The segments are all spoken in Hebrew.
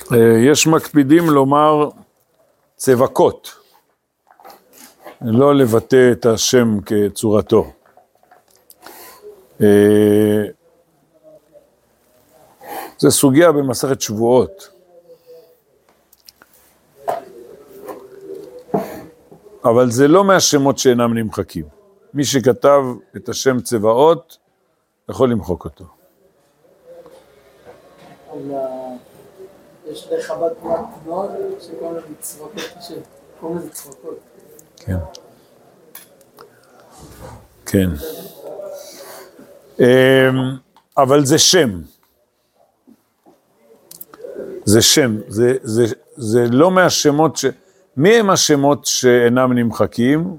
יש מקפידים לומר צבקות, לא לבטא את השם כצורתו. זה סוגיה במסכת שבועות. אבל זה לא מהשמות שאינם נמחקים. מי שכתב את השם צבאות, יכול למחוק אותו. יש לחב"ד מאוד שקוראים לזה צבקות, שקוראים לזה צבקות. כן. כן. אבל זה שם. זה שם. זה לא מהשמות מי הם השמות שאינם נמחקים?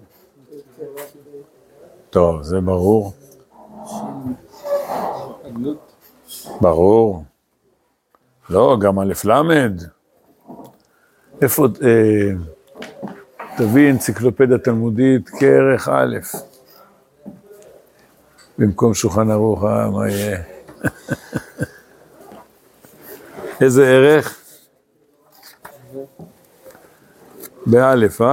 טוב, זה ברור. ברור. לא, גם א' למד. איפה, תביא אנציקלופדיה תלמודית כערך א'. במקום שולחן ערוך, מה יהיה? איזה ערך? באלף,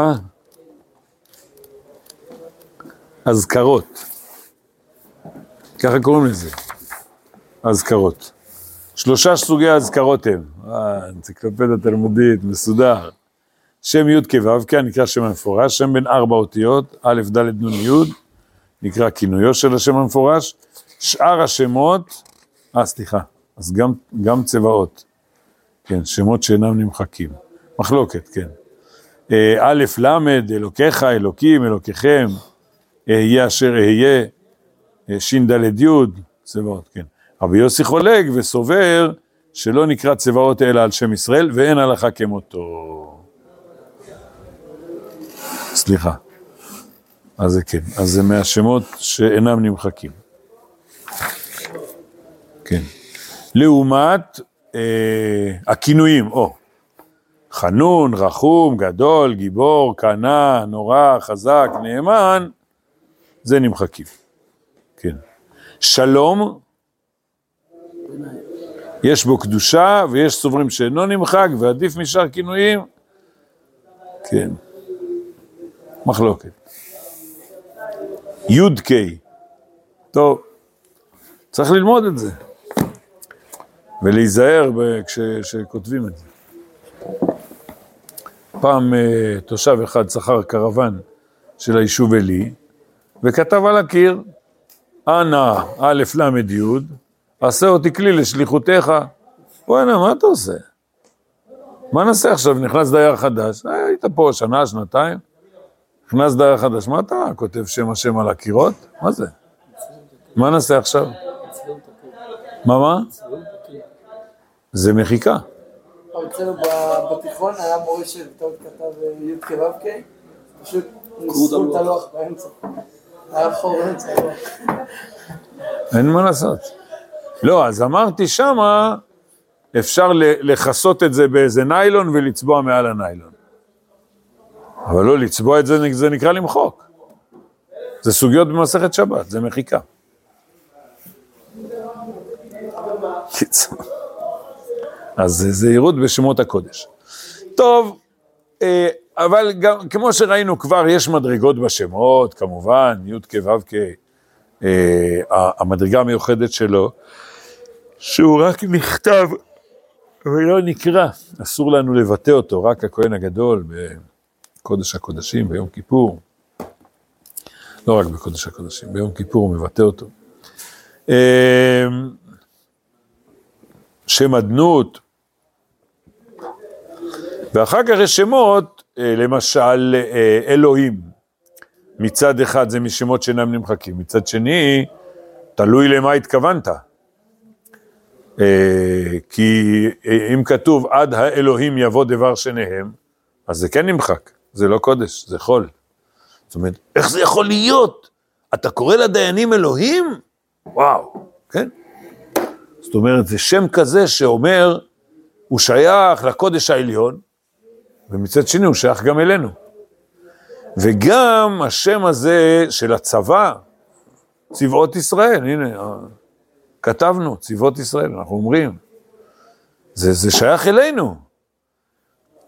אזכרות. ככה קוראים לזה. אזכרות. 3 סוגי אזכרות הם. אנציקלופדיה תלמודית, מסודר. שם י' כו' כ' נקרא שם המפורש, שם בין 4 אותיות, א' ד' נ' י', נקרא כינויו של השם המפורש. שאר השמות, סליחה, אז גם צבאות. כן, שמות שאינם נמחקים. מחלוקת, כן. א' למד, אלוקיך, אלוקים, אלוקיכם, אהיה אשר אהיה, שין ד' י', צבאות, כן. רבי יוסי חולק וסובר שלא נקרא צבאות אלא על שם ישראל, ואין הלכה כמותו. סליחה. אז זה כן, אז זה מהשמות שאינם נמחקים. כן. לעומת הכינויים, חנון, רחום, גדול, גיבור, קנה, נורא, חזק, נאמן, זה נמחקים. כן. שלום, יש בו קדושה, ויש סוברים שאינו נמחק, ועדיף משאר כינויים. כן. מחלוקת. י' ק'. טוב, צריך ללמוד את זה. ולהיזהר כשכותבים את זה. פעם תושב אחד שכר קרוון של היישוב אלי, וכתב על הקיר, אנא א' למד י', עשה אותי כלי לשליחותיך. וואנה, מה אתה עושה? מה נעשה עכשיו? נכנס דייר חדש, היית פה שנה, שנתיים, נכנס דייר חדש, מה אתה כותב שם השם על הקירות? מה זה? מה נעשה עכשיו? מה? זה מחיקה. אצלנו בתיכון היה מורה שטעות כתב י' כו' כ', פשוט נסחו את הלוח באמצע. היה חור באמצע הלוח. אין מה לעשות. לא, אז אמרתי שמה, אפשר לחסות את זה באיזה ניילון ולצבוע מעל הניילון. אבל לא, לצבוע את זה, זה נקרא למחוק. זה סוגיות במסכת שבת, זה מחיקה. קיצור. אז זה זהירות בשמות הקודש. טוב, אבל גם, כמו שראינו כבר, יש מדרגות בשמות, כמובן, י' כ' ו' כ', המדרגה המיוחדת שלו, שהוא רק נכתב ולא נקרא, אסור לנו לבטא אותו, רק הכהן הגדול בקודש הקודשים, ביום כיפור, לא רק בקודש הקודשים, ביום כיפור הוא מבטא אותו. שם אדנות, ואחר כך יש שמות, למשל אלוהים, מצד אחד זה משמות שאינם נמחקים, מצד שני, תלוי למה התכוונת, כי אם כתוב עד האלוהים יבוא דבר שניהם, אז זה כן נמחק, זה לא קודש, זה חול. זאת אומרת, איך זה יכול להיות? אתה קורא לדיינים אלוהים? וואו, כן? זאת אומרת, זה שם כזה שאומר, הוא שייך לקודש העליון, ומצד שני הוא שייך גם אלינו. וגם השם הזה של הצבא, צבאות ישראל, הנה, כתבנו, צבאות ישראל, אנחנו אומרים, זה שייך אלינו,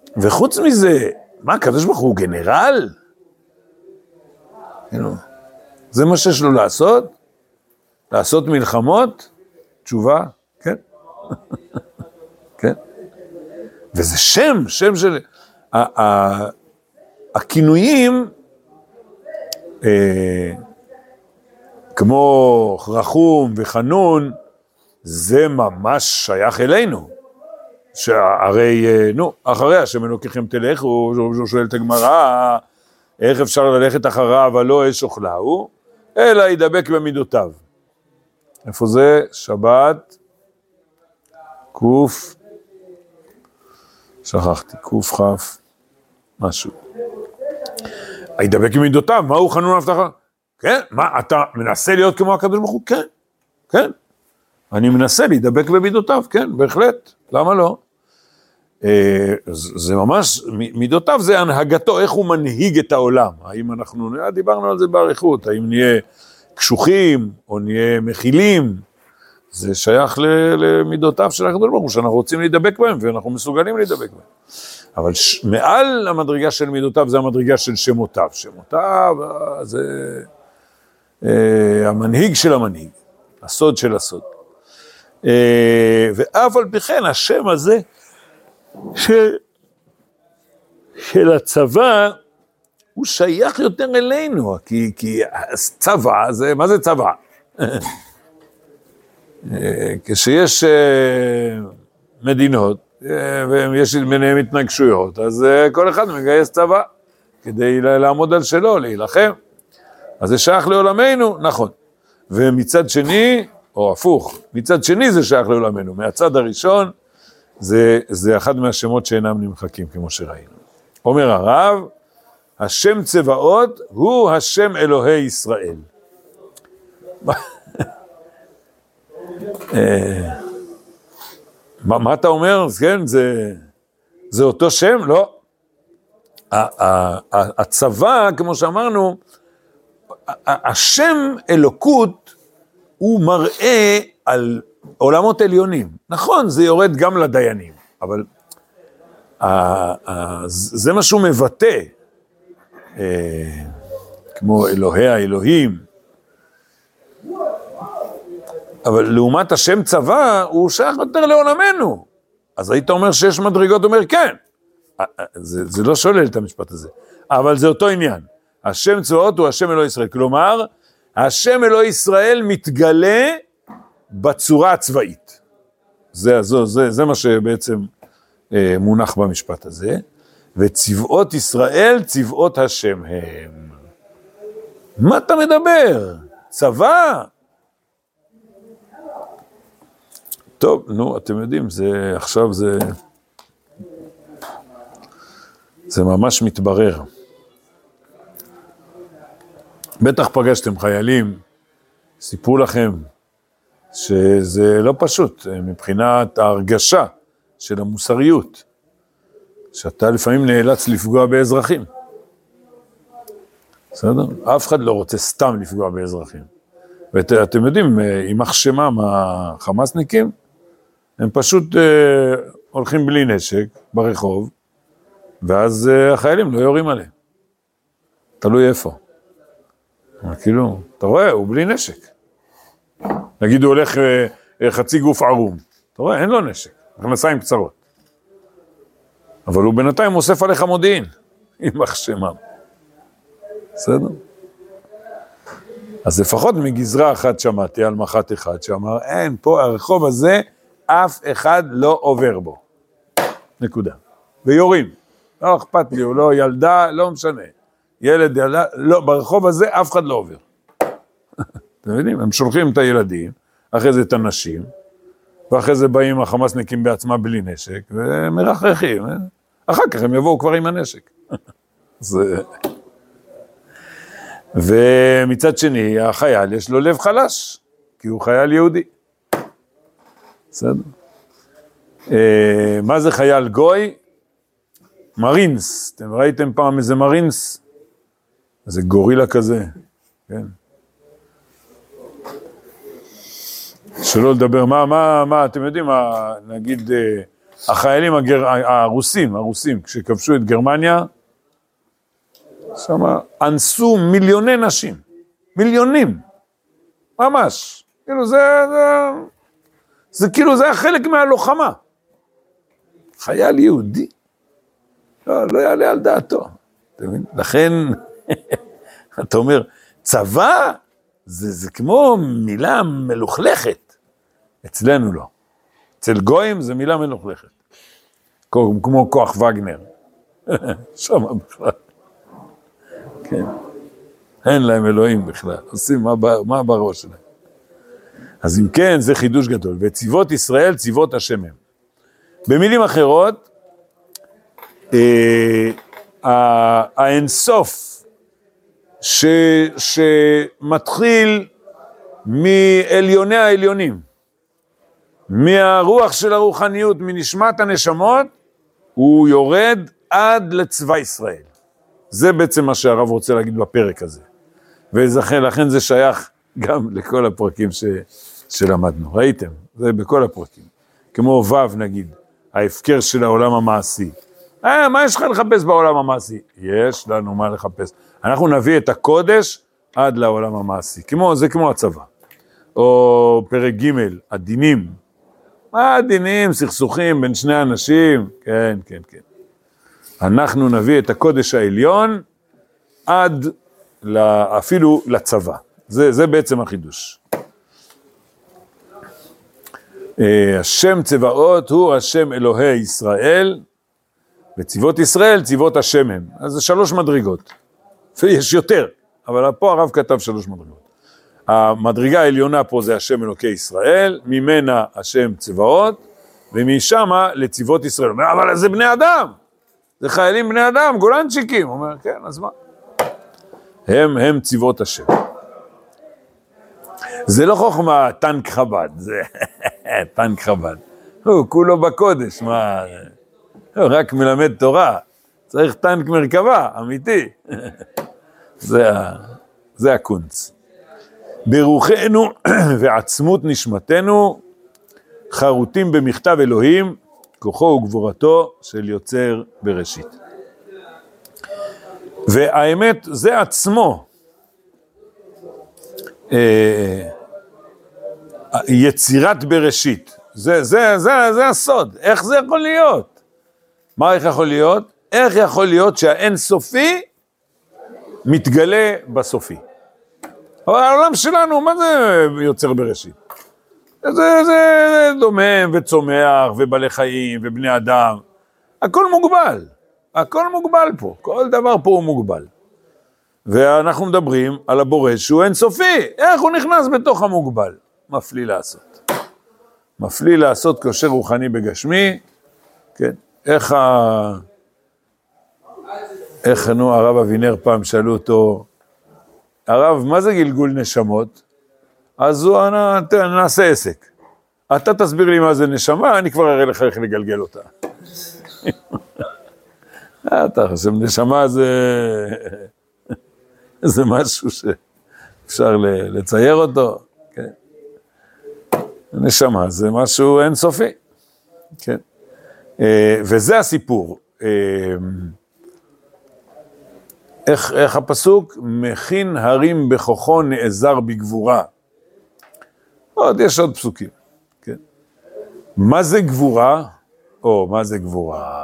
וחוץ מזה, מה, הקדוש ברוך הוא גנרל? זה מה שיש לו לעשות? לעשות מלחמות? תשובה, כן. כן. וזה שם של... הכינויים, כמו רחום וחנון, זה ממש שייך אלינו. שהרי, אחרי השם אלוקיכם תלכו, הוא שואל את הגמרא, איך אפשר ללכת אחריו, ולא אש אוכלהו, אלא ידבק במידותיו. איפה זה? שבת, קוף, שכחתי, קוף חף, משהו. ידבק במידותיו, מהו חנון ההבטחה? כן, מה, אתה מנסה להיות כמו הקדוש ברוך הוא? כן, כן. אני מנסה להידבק במידותיו, כן, בהחלט, למה לא? זה ממש, מידותיו זה הנהגתו, איך הוא מנהיג את העולם. האם אנחנו, דיברנו על זה בעריכות, האם נהיה קשוחים, או נהיה מכילים, זה שייך למידותיו של הקדוש ברוך הוא, שאנחנו רוצים להידבק בהם, ואנחנו מסוגלים להידבק בהם. אבל מעל המדרגה של מידותיו, זה המדרגה של שמותיו. שמותיו, זה המנהיג של המנהיג, הסוד של הסוד. ואף על פי כן, השם הזה של הצבא, הוא שייך יותר אלינו, כי צבא, מה זה צבא? כשיש מדינות, ויש ביניהם התנגשויות, אז כל אחד מגייס צבא, כדי לעמוד על שלו, להילחם. אז זה שייך לעולמנו, נכון. ומצד שני, או הפוך, מצד שני זה שייך לעולמנו. מהצד הראשון, זה אחד מהשמות שאינם נמחקים, כמו שראינו. אומר הרב, השם צבאות הוא השם אלוהי ישראל. מה אתה אומר? כן, זה אותו שם? לא. הצבא, כמו שאמרנו, השם אלוקות הוא מראה על עולמות עליונים. נכון, זה יורד גם לדיינים, אבל זה מה שהוא מבטא, כמו אלוהי האלוהים. אבל לעומת השם צבא, הוא שייך יותר לעולמנו. אז היית אומר שיש מדרגות, אומר כן. זה לא שולל את המשפט הזה. אבל זה אותו עניין. השם צבאות הוא השם אלוהי ישראל. כלומר, השם אלוהי ישראל מתגלה בצורה הצבאית. זה מה שבעצם מונח במשפט הזה. וצבאות ישראל, צבאות השם הם. מה אתה מדבר? צבא? טוב, נו, אתם יודעים, עכשיו זה ממש מתברר. בטח פגשתם חיילים, סיפרו לכם שזה לא פשוט, מבחינת ההרגשה של המוסריות, שאתה לפעמים נאלץ לפגוע באזרחים. בסדר? אף אחד לא רוצה סתם לפגוע באזרחים. ואתם יודעים, עם החשמם החמאסניקים, הם פשוט הולכים בלי נשק ברחוב, ואז החיילים לא יורים עליהם. תלוי איפה. כאילו, אתה רואה, הוא בלי נשק. נגיד, הוא הולך חצי גוף ערום. אתה רואה, אין לו נשק, מכנסיים קצרות. אבל הוא בינתיים אוסף עליך מודיעין, עם החשמם. בסדר? אז לפחות מגזרה אחת שמעתי על מח"ט אחד שאמר, אין, פה הרחוב הזה, אף אחד לא עובר בו. נקודה. ויורים. לא אכפת לי, הוא לא ילדה, לא משנה. ילד, ילדה, לא, ברחוב הזה אף אחד לא עובר. אתם יודעים, הם שולחים את הילדים, אחרי זה את הנשים, ואחרי זה באים החמאסניקים בעצמם בלי נשק, ומרחרחים. אחר כך הם יבואו כבר עם הנשק. זה... ומצד שני, החייל יש לו לב חלש, כי הוא חייל יהודי. בסדר? מה זה חייל גוי? מרינס. אתם ראיתם פעם איזה מרינס? איזה גורילה כזה, כן? שלא לדבר, מה, אתם יודעים, נגיד, החיילים הרוסים, כשכבשו את גרמניה, שמה אנסו מיליוני נשים, מיליונים, ממש, כאילו זה כאילו זה היה חלק מהלוחמה. חייל יהודי, לא יעלה על דעתו, אתה מבין? לכן, אתה אומר, צבא זה כמו מילה מלוכלכת, אצלנו לא. אצל גויים זה מילה מלוכלכת, כמו כוח וגנר, שם בכלל. כן, אין להם אלוהים בכלל, עושים מה בראש שלהם. אז אם כן, זה חידוש גדול, וצבאות ישראל, צבאות השם הם. במילים אחרות, האינסוף שמתחיל מעליוני העליונים, מהרוח של הרוחניות, מנשמת הנשמות, הוא יורד עד לצבא ישראל. זה בעצם מה שהרב רוצה להגיד בפרק הזה. ולכן זה שייך גם לכל הפרקים שלמדנו. ראיתם? זה בכל הפרקים. כמו ו' נגיד, ההפקר של העולם המעשי. מה יש לך לחפש בעולם המעשי? יש לנו מה לחפש. אנחנו נביא את הקודש עד לעולם המעשי. זה כמו הצבא. או פרק ג' הדינים. מה הדינים? סכסוכים בין שני אנשים? כן. אנחנו נביא את הקודש העליון עד אפילו לצבא. זה בעצם החידוש. השם צבאות הוא השם אלוהי ישראל, וצבאות ישראל צבאות השם הם. אז זה 3 מדרגות. יש יותר, אבל פה הרב כתב 3 מדרגות. המדרגה העליונה פה זה השם אלוקי ישראל, ממנה השם צבאות, ומשם לצבאות ישראל. אבל זה בני אדם, זה חיילים בני אדם, גולנצ'יקים. הוא אומר, כן, אז מה? הם צבאות השם. זה לא חוכמה טנק חב"ד, זה טנק חב"ד. הוא כולו בקודש, מה? הוא רק מלמד תורה, צריך טנק מרכבה, אמיתי. זה הקונץ. ברוחנו ועצמות נשמתנו, חרוטים במכתב אלוהים, כוחו וגבורתו של יוצר בראשית. והאמת, זה עצמו, יצירת בראשית. זה הסוד. איך זה יכול להיות? מה איך יכול להיות? איך יכול להיות שהאין סופי מתגלה בסופי? אבל העולם שלנו, מה זה יוצר בראשית? זה דומם וצומח ובעלי חיים ובני אדם. הכל מוגבל. הכל מוגבל פה. כל דבר פה הוא מוגבל. ואנחנו מדברים על הבורא שהוא אין סופי. איך הוא נכנס בתוך המוגבל? מפליא לעשות. מפליא לעשות קושר רוחני בגשמי. כן. איך הרב אבינר פעם שאלו אותו, הרב, מה זה גלגול נשמות? אז הוא נעשה עסק. אתה תסביר לי מה זה נשמה, אני כבר אראה לך איך לגלגל אותה. אתה חושב, נשמה זה משהו שאפשר לצייר אותו. כן. נשמה זה משהו אינסופי. כן. וזה הסיפור. איך הפסוק? מכין הרים בכוחו נעזר בגבורה. יש עוד פסוקים. כן. מה זה גבורה? מה זה גבורה?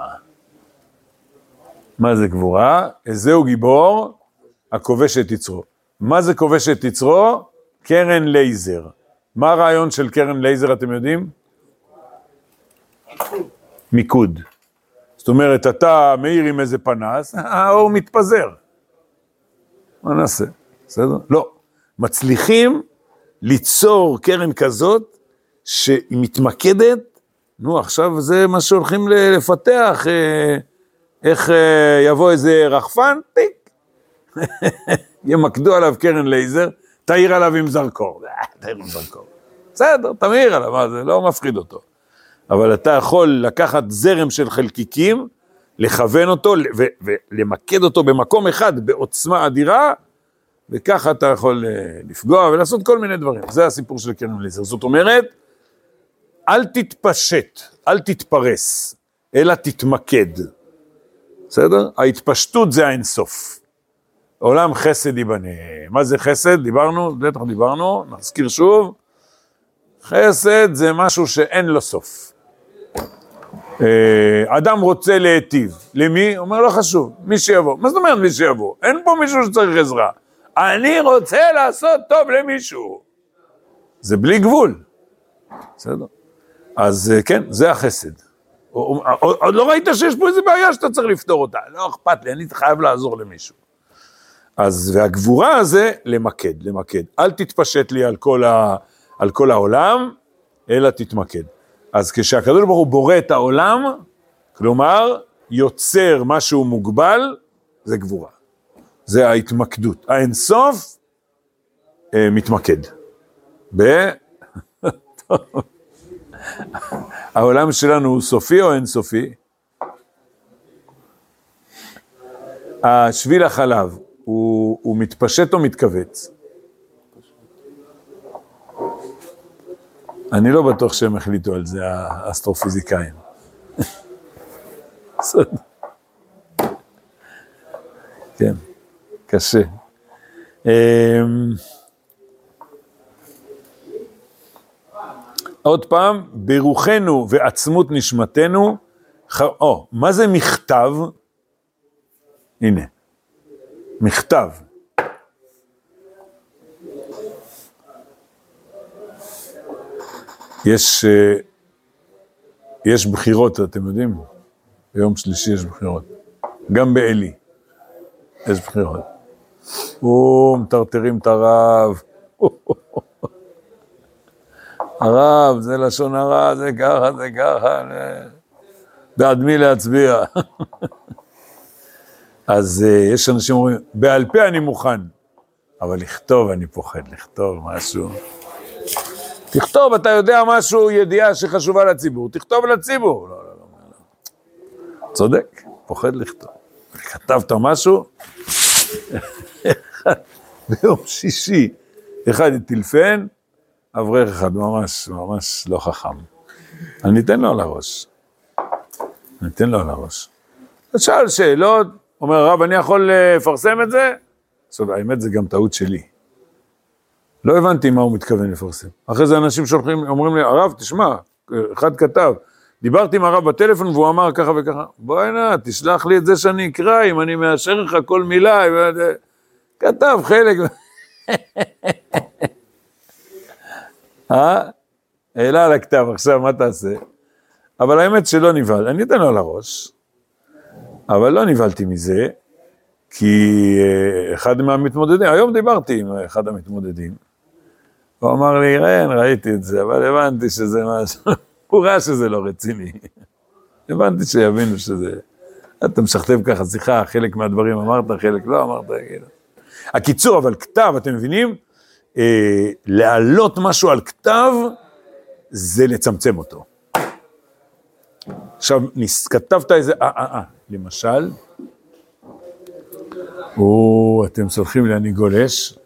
מה זה גבורה? זהו גיבור, הכובש את יצרו. מה זה כובש את יצרו? קרן לייזר. מה הרעיון של קרן לייזר, אתם יודעים? מיקוד. זאת אומרת, אתה מאיר עם איזה פנס, האור מתפזר. מה נעשה? בסדר? לא. מצליחים ליצור קרן כזאת, שהיא מתמקדת, עכשיו זה מה שהולכים לפתח, איך יבוא איזה רחפן, טיק, ימקדו עליו קרן לייזר, תאיר עליו עם זרקור, תאיר עם זרקור. בסדר, תאיר עליו, זה לא מפחיד אותו. אבל אתה יכול לקחת זרם של חלקיקים, לכוון אותו ולמקד אותו במקום אחד, בעוצמה אדירה, וככה אתה יכול לפגוע ולעשות כל מיני דברים. זה הסיפור של קרן לייזר. זאת אומרת, אל תתפשט, אל תתפרס, אלא תתמקד. בסדר? ההתפשטות זה האינסוף. עולם חסד ייבנה. מה זה חסד? דיברנו, בטח דיברנו, נזכיר שוב. חסד זה משהו שאין לו סוף. אדם רוצה להיטיב. למי? אומר לא חשוב, מי שיבוא. מה זאת אומרת מי שיבוא? אין פה מישהו שצריך עזרה. אני רוצה לעשות טוב למישהו. זה בלי גבול. בסדר? אז כן, זה החסד. עוד לא ראית שיש פה איזה בעיה שאתה צריך לפתור אותה. לא אכפת לי, אני חייב לעזור למישהו. אז, והגבורה הזה, למקד. אל תתפשט לי על כל העולם, אלא תתמקד. אז כשהקדוש ברוך הוא בורא את העולם, כלומר, יוצר משהו מוגבל, זה גבורה. זה ההתמקדות. האינסוף מתמקד. העולם שלנו הוא סופי או אינסופי? השביל החלב, הוא מתפשט או מתכווץ? אני לא בטוח שהם החליטו על זה, האסטרופיזיקאים. כן, קשה. עוד פעם, ברוחנו ועצמות נשמתנו, מה זה מכתב? הנה, מכתב. יש בחירות, אתם יודעים? ביום שלישי יש בחירות. גם באלי יש בחירות. מטרטרים את הרב. הרב, זה לשון הרע, זה ככה. בעד מי להצביע. אז יש אנשים אומרים, בעל פה אני מוכן, אבל לכתוב אני פוחד, לכתוב משהו. תכתוב, אתה יודע משהו, ידיעה שחשובה לציבור, תכתוב לציבור. לא. צודק, פוחד לכתוב. כתבת משהו, ביום שישי, אחד טלפן, אברך אחד, ממש לא חכם. אני אתן לו על הראש. אז שאל שאלות, אומר הרב, אני יכול לפרסם את זה? עכשיו, האמת זה גם טעות שלי. לא הבנתי מה הוא מתכוון לפרסם. אחרי זה אנשים שולחים, אומרים לי, הרב, תשמע, אחד כתב, דיברתי עם הרב בטלפון והוא אמר ככה וככה, בוא הנה, תשלח לי את זה שאני אקרא, אם אני מאשר לך כל מילה, כתב חלק. העלה על הכתב, עכשיו מה תעשה? אבל האמת שלא נבהל, אני אתן לו על הראש, אבל לא נבהלתי מזה, כי אחד מהמתמודדים, היום דיברתי עם אחד המתמודדים, הוא אמר לי, ראיתי את זה, אבל הבנתי שזה משהו, הוא ראה שזה לא רציני. הבנתי שיבינו שזה, אתה משכתב ככה שיחה, חלק מהדברים אמרת, חלק לא אמרת, כאילו. הקיצור, אבל כתב, אתם מבינים? להעלות משהו על כתב, זה לצמצם אותו. עכשיו, כתבת איזה, למשל, אתם סולחים לי, אני גולש.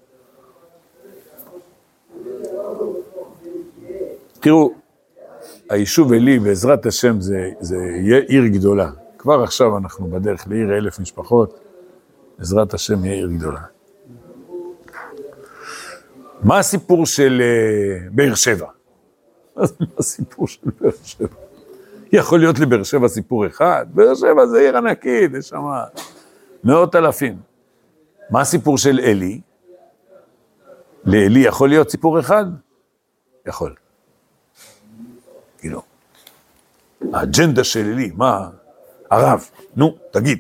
תראו, היישוב אלי, בעזרת השם, זה יהיה עיר גדולה. כבר עכשיו אנחנו בדרך לעיר 1,000 משפחות, בעזרת השם יהיה עיר גדולה. מה הסיפור של באר שבע? מה הסיפור של באר שבע? יכול להיות לבאר שבע סיפור אחד, באר שבע זה עיר ענקית, יש שם 100,000. מה הסיפור של אלי? לאלי יכול להיות סיפור אחד? יכול. כאילו, האג'נדה של אלי, מה? הרב, נו, תגיד.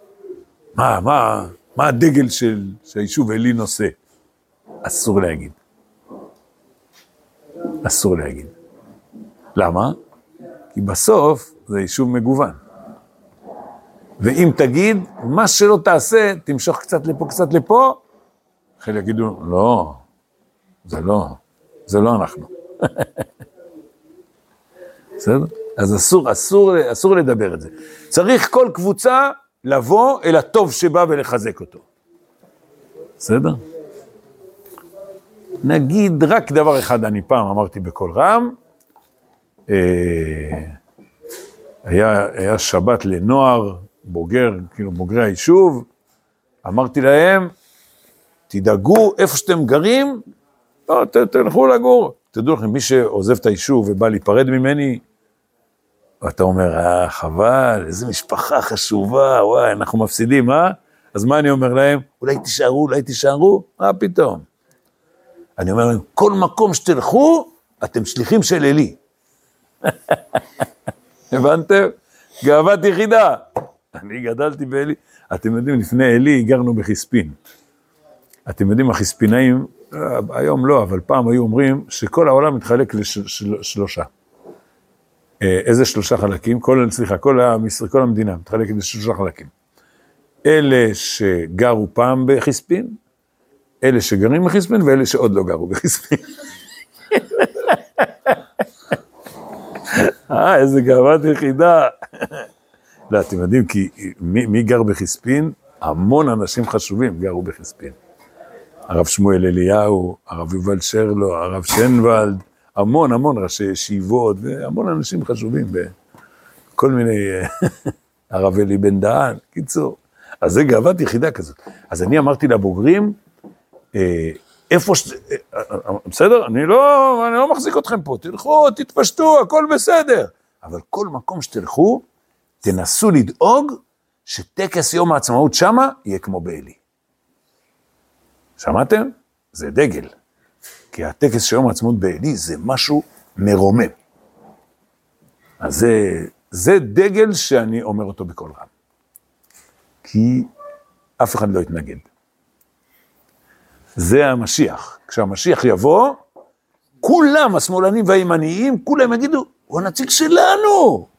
מה הדגל שהיישוב אלי נושא? אסור להגיד. אסור להגיד. למה? כי בסוף זה יישוב מגוון. ואם תגיד, מה שלא תעשה, תמשוך קצת לפה, קצת לפה, חלק יגידו, לא, זה לא אנחנו. בסדר? אז אסור לדבר את זה. צריך כל קבוצה לבוא אל הטוב שבא ולחזק אותו. בסדר? נגיד רק דבר אחד, אני פעם אמרתי בכל רם, היה שבת לנוער, בוגר, כאילו בוגרי היישוב, אמרתי להם, תדאגו איפה שאתם גרים, לא, תלכו לגור. תדעו לכם, מי שעוזב את היישוב ובא להיפרד ממני, ואתה אומר, חבל, איזו משפחה חשובה, וואי, אנחנו מפסידים, אז מה אני אומר להם? אולי תישארו, מה פתאום? אני אומר להם, כל מקום שתלכו, אתם שליחים של אלי. הבנתם? גאוות יחידה. אני גדלתי באלי. אתם יודעים, לפני אלי גרנו בחספין. אתם יודעים, החספינאים, היום לא, אבל פעם היו אומרים שכל העולם מתחלק לשלושה. איזה שלושה חלקים? כל המדינה מתחלקת לשלושה חלקים. אלה שגרו פעם בחספין, אלה שגרים בחספין, ואלה שעוד לא גרו בחספין. איזה גאוות יחידה. לא, אתם יודעים, כי מי גר בחספין? המון אנשים חשובים גרו בחספין. הרב שמואל אליהו, הרב יובל שרלו, הרב שנוולד, המון ראשי ישיבות, והמון אנשים חשובים בכל מיני, הרב אלי בן דהן, קיצור. אז זה גאוות יחידה כזאת. אז אני אמרתי לבוגרים, איפה בסדר, אני לא מחזיק אתכם פה, תלכו, תתפשטו, הכל בסדר. אבל כל מקום שתלכו, תנסו לדאוג שטקס יום העצמאות שמה יהיה כמו באלי. שמעתם? זה דגל. כי הטקס של יום העצמאות באלי זה משהו מרומם. אז זה דגל שאני אומר אותו בכל רם. כי אף אחד לא יתנגד. זה המשיח. כשהמשיח יבוא, כולם, השמאלנים והימניים, כולם יגידו, הוא הנציג שלנו.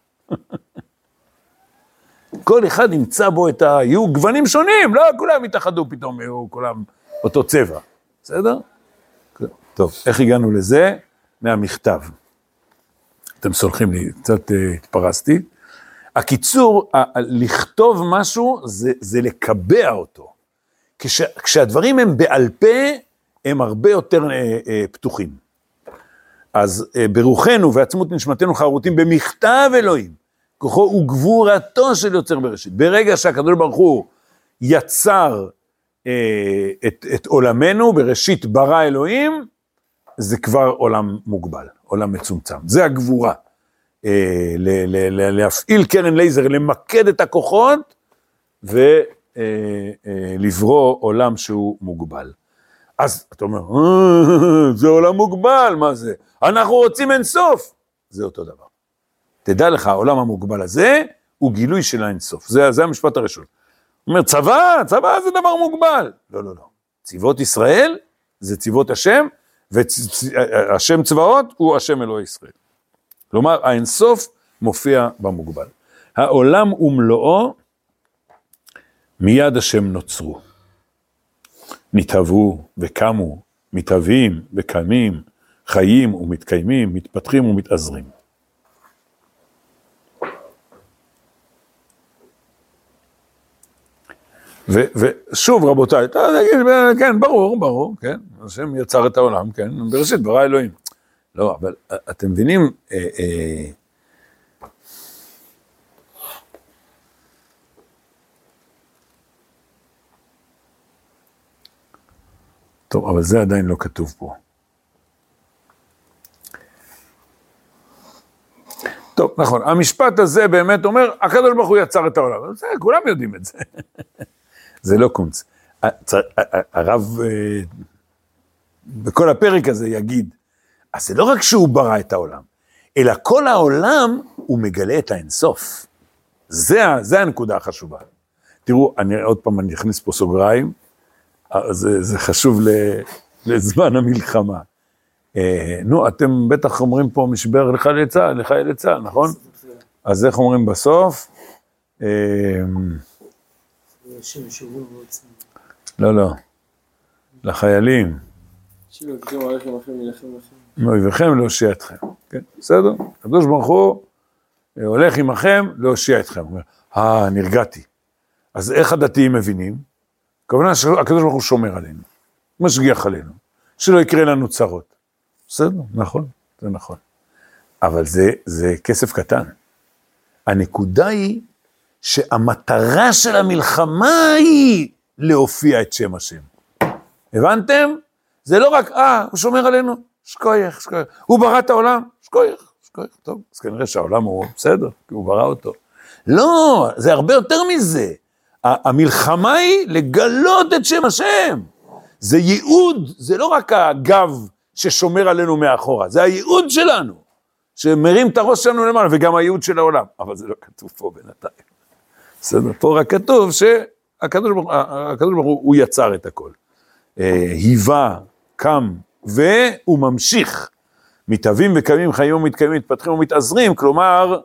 כל אחד נמצא בו יהיו גוונים שונים, לא כולם יתאחדו פתאום, יהיו כולם אותו צבע. בסדר? טוב, איך הגענו לזה? מהמכתב. אתם סולחים לי, קצת התפרסתי. הקיצור, לכתוב משהו זה לקבע אותו. כשהדברים הם בעל פה, הם הרבה יותר פתוחים. אז ברוחנו ועצמות נשמתנו חרותים במכתב אלוהים, כוחו וגבורתו של יוצר בראשית. ברגע שהקדוש ברוך הוא יצר את עולמנו, בראשית ברא אלוהים, זה כבר עולם מוגבל, עולם מצומצם. זה הגבורה. להפעיל קרן לייזר, למקד את הכוחות, ולברוא עולם שהוא מוגבל. אז אתה אומר, זה עולם מוגבל, מה זה? אנחנו רוצים אינסוף. זה אותו דבר. תדע לך, העולם המוגבל הזה, הוא גילוי של האינסוף. זה המשפט הראשון. הוא אומר, צבא זה דבר מוגבל. לא. צבאות ישראל, זה צבאות השם, והשם צבאות הוא השם אלוהי ישראל. כלומר, האינסוף מופיע במוגבל. העולם ומלואו, מיד השם נוצרו. נתהוו וקמו, מתהווים וקמים, חיים ומתקיימים, מתפתחים ומתעזרים. ושוב רבותיי, אתה תגיד, כן, ברור, כן, השם יצר את העולם, כן, בראשית ברא אלוהים. לא, אבל אתם מבינים, טוב, אבל זה עדיין לא כתוב פה. טוב, נכון, המשפט הזה באמת אומר, הקדוש ברוך הוא יצר את העולם. זה, כולם יודעים את זה. זה לא קונץ. הרב, בכל הפרק הזה יגיד, אז זה לא רק שהוא ברא את העולם, אלא כל העולם הוא מגלה את האינסוף. זה הנקודה החשובה. תראו, עוד פעם אני אכניס פה סוגריים, זה חשוב לזמן המלחמה. נו, אתם בטח אומרים פה משבר לחיילי צה"ל, נכון? אז איך אומרים בסוף? לא, לחיילים. מאויביכם להושיע אתכם. כן, בסדר? הקדוש ברוך הוא הולך עמכם להושיע אתכם. נרגעתי. אז איך הדתיים מבינים? הכוונה שהקדוש ברוך הוא שומר עלינו, משגיח עלינו, שלא יקרה לנו צרות. בסדר, נכון, זה נכון. אבל זה כסף קטן. הנקודה היא שהמטרה של המלחמה היא להופיע את שם השם. הבנתם? זה לא רק, הוא שומר עלינו, שקוייך. הוא ברא את העולם, שקוייך. טוב, אז כנראה שהעולם הוא בסדר, כי הוא ברא אותו. לא, זה הרבה יותר מזה. המלחמה היא לגלות את שם השם. זה ייעוד, זה לא רק הגב ששומר עלינו מאחורה, זה הייעוד שלנו, שמרים את הראש שלנו למעלה, וגם הייעוד של העולם. אבל זה לא כתוב פה בינתיים. בסדר, פה רק כתוב שהקדוש ברוך הוא יצר את הכל. היווה, קם, והוא ממשיך. מתהווים וקיימים, חיים ומתקיימים, מתפתחים ומתעזרים, כלומר,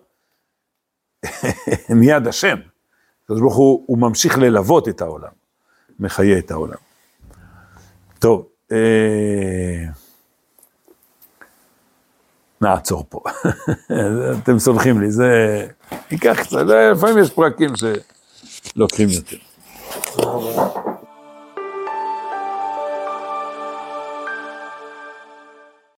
מיד השם. הקדוש ברוך הוא ממשיך ללוות את העולם, מחיה את העולם. טוב, נעצור פה. אתם סולחים לי, זה ייקח קצת, לפעמים יש פרקים שלוקחים יותר.